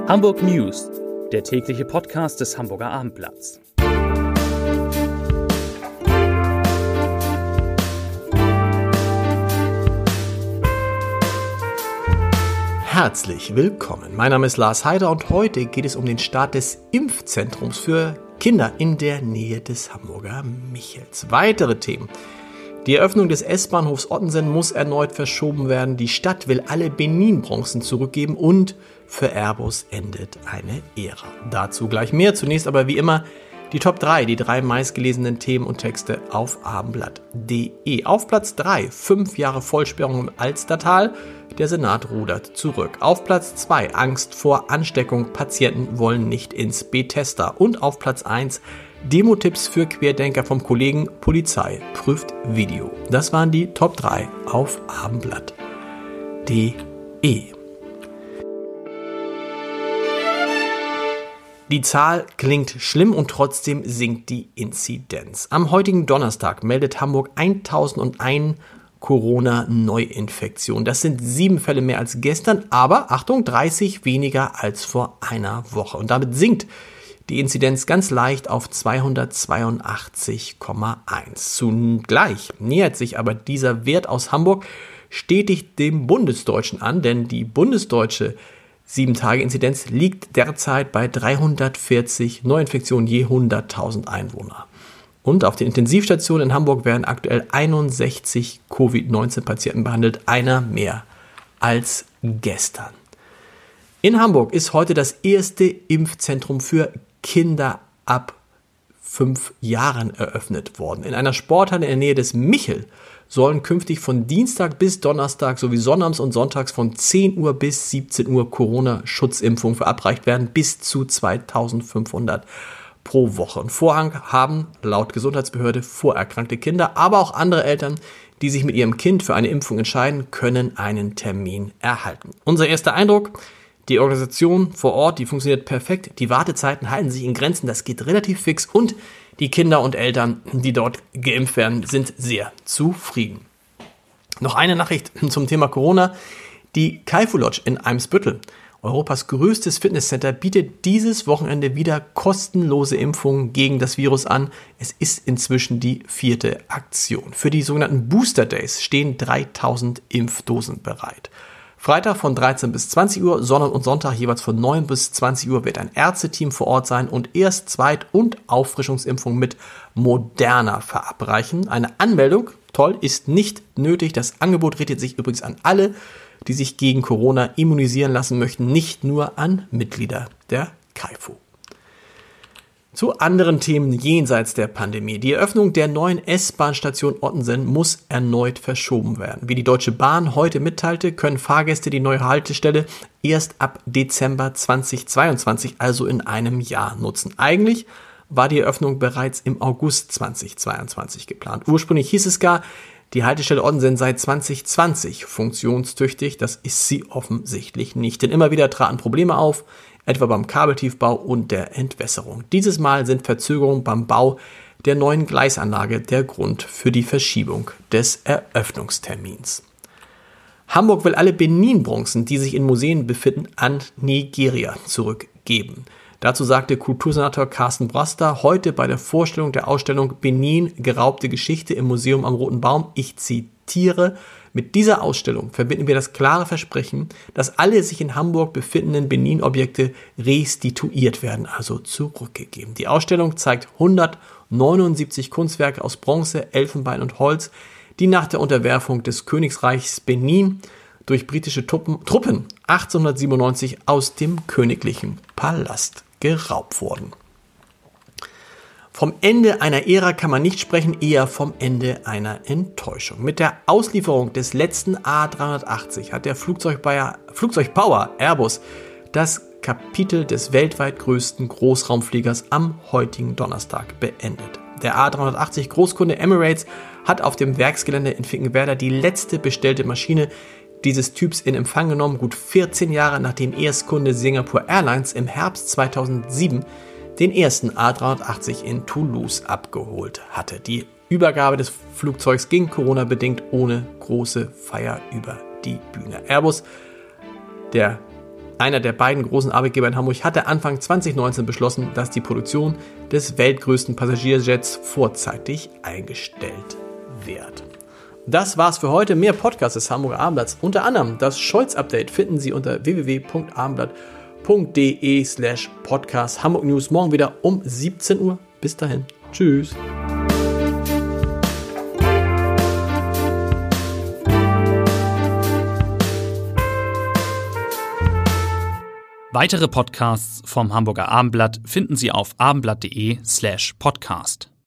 Hamburg News, der tägliche Podcast des Hamburger Abendblatts. Herzlich willkommen. Mein Name ist Lars Heider und heute geht es um den Start des Impfzentrums für Kinder in der Nähe des Hamburger Michels. Weitere Themen. Die Eröffnung des S-Bahnhofs Ottensen muss erneut verschoben werden. Die Stadt will alle Benin-Bronzen zurückgeben und für Airbus endet eine Ära. Dazu gleich mehr. Zunächst aber wie immer die Top 3, die 3 meistgelesenen Themen und Texte auf abendblatt.de. Auf Platz 3, 5 Jahre Vollsperrung im Alstertal. Der Senat rudert zurück. Auf Platz 2, Angst vor Ansteckung. Patienten wollen nicht ins Bethesda. Und auf Platz 1, Demo-Tipps für Querdenker vom Kollegen Polizei prüft Video. Das waren die Top 3 auf abendblatt.de. Die Zahl klingt schlimm und trotzdem sinkt die Inzidenz. Am heutigen Donnerstag meldet Hamburg 1001 Corona-Neuinfektionen. Das sind 7 Fälle mehr als gestern, aber Achtung, 30 weniger als vor einer Woche. Und damit sinkt die Inzidenz ganz leicht auf 282,1. Zugleich nähert sich aber dieser Wert aus Hamburg stetig dem Bundesdeutschen an, denn die bundesdeutsche 7-Tage-Inzidenz liegt derzeit bei 340 Neuinfektionen je 100.000 Einwohner. Und auf den Intensivstationen in Hamburg werden aktuell 61 Covid-19-Patienten behandelt, einer mehr als gestern. In Hamburg ist heute das erste Impfzentrum für Kinder ab 5 Jahren eröffnet worden. In einer Sporthalle in der Nähe des Michel sollen künftig von Dienstag bis Donnerstag sowie sonnabends und sonntags von 10 Uhr bis 17 Uhr Corona-Schutzimpfungen verabreicht werden, bis zu 2500 pro Woche. Und Vorrang haben laut Gesundheitsbehörde vorerkrankte Kinder, aber auch andere Eltern, die sich mit ihrem Kind für eine Impfung entscheiden, können einen Termin erhalten. Unser erster Eindruck: Die Organisation vor Ort, die funktioniert perfekt. Die Wartezeiten halten sich in Grenzen, das geht relativ fix und die Kinder und Eltern, die dort geimpft werden, sind sehr zufrieden. Noch eine Nachricht zum Thema Corona. Die Kaifu Lodge in Eimsbüttel, Europas größtes Fitnesscenter, bietet dieses Wochenende wieder kostenlose Impfungen gegen das Virus an. Es ist inzwischen die 4. Aktion. Für die sogenannten Booster Days stehen 3000 Impfdosen bereit. Freitag von 13 bis 20 Uhr, Sonntag und Sonntag jeweils von 9 bis 20 Uhr wird ein Ärzteteam vor Ort sein und Zweit- und Auffrischungsimpfung mit Moderna verabreichen. Eine Anmeldung, toll, ist nicht nötig. Das Angebot richtet sich übrigens an alle, die sich gegen Corona immunisieren lassen möchten, nicht nur an Mitglieder der Kaifu. Zu anderen Themen jenseits der Pandemie. Die Eröffnung der neuen S-Bahn-Station Ottensen muss erneut verschoben werden. Wie die Deutsche Bahn heute mitteilte, können Fahrgäste die neue Haltestelle erst ab Dezember 2022, also in einem Jahr, nutzen. Eigentlich war die Eröffnung bereits im August 2022 geplant. Ursprünglich hieß es gar, die Haltestelle Ottensen sei 2020 funktionstüchtig. Das ist sie offensichtlich nicht, denn immer wieder traten Probleme auf, etwa beim Kabeltiefbau und der Entwässerung. Dieses Mal sind Verzögerungen beim Bau der neuen Gleisanlage der Grund für die Verschiebung des Eröffnungstermins. Hamburg will alle Benin-Bronzen, die sich in Museen befinden, an Nigeria zurückgeben. Dazu sagte Kultursenator Carsten Brasta heute bei der Vorstellung der Ausstellung Benin – Geraubte Geschichte im Museum am Roten Baum, ich zitiere: Mit dieser Ausstellung verbinden wir das klare Versprechen, dass alle sich in Hamburg befindenden Benin-Objekte restituiert werden, also zurückgegeben. Die Ausstellung zeigt 179 Kunstwerke aus Bronze, Elfenbein und Holz, die nach der Unterwerfung des Königreichs Benin durch britische Truppen 1897 aus dem königlichen Palast geraubt wurden. Vom Ende einer Ära kann man nicht sprechen, eher vom Ende einer Enttäuschung. Mit der Auslieferung des letzten A380 hat der Flugzeugbauer Airbus das Kapitel des weltweit größten Großraumfliegers am heutigen Donnerstag beendet. Der A380 Großkunde Emirates hat auf dem Werksgelände in Finkenwerder die letzte bestellte Maschine dieses Typs in Empfang genommen, gut 14 Jahre nachdem Erstkunde Singapore Airlines im Herbst 2007 den ersten A380 in Toulouse abgeholt hatte. Die Übergabe des Flugzeugs ging Corona-bedingt ohne große Feier über die Bühne. Airbus, der einer der beiden großen Arbeitgeber in Hamburg, hatte Anfang 2019 beschlossen, dass die Produktion des weltgrößten Passagierjets vorzeitig eingestellt wird. Das war's für heute. Mehr Podcasts des Hamburger Abendblatts, unter anderem das Scholz-Update, finden Sie unter www.abendblatt.de/podcast. Hamburg News morgen wieder um 17 Uhr. Bis dahin. Tschüss. Weitere Podcasts vom Hamburger Abendblatt finden Sie auf abendblatt.de/podcast.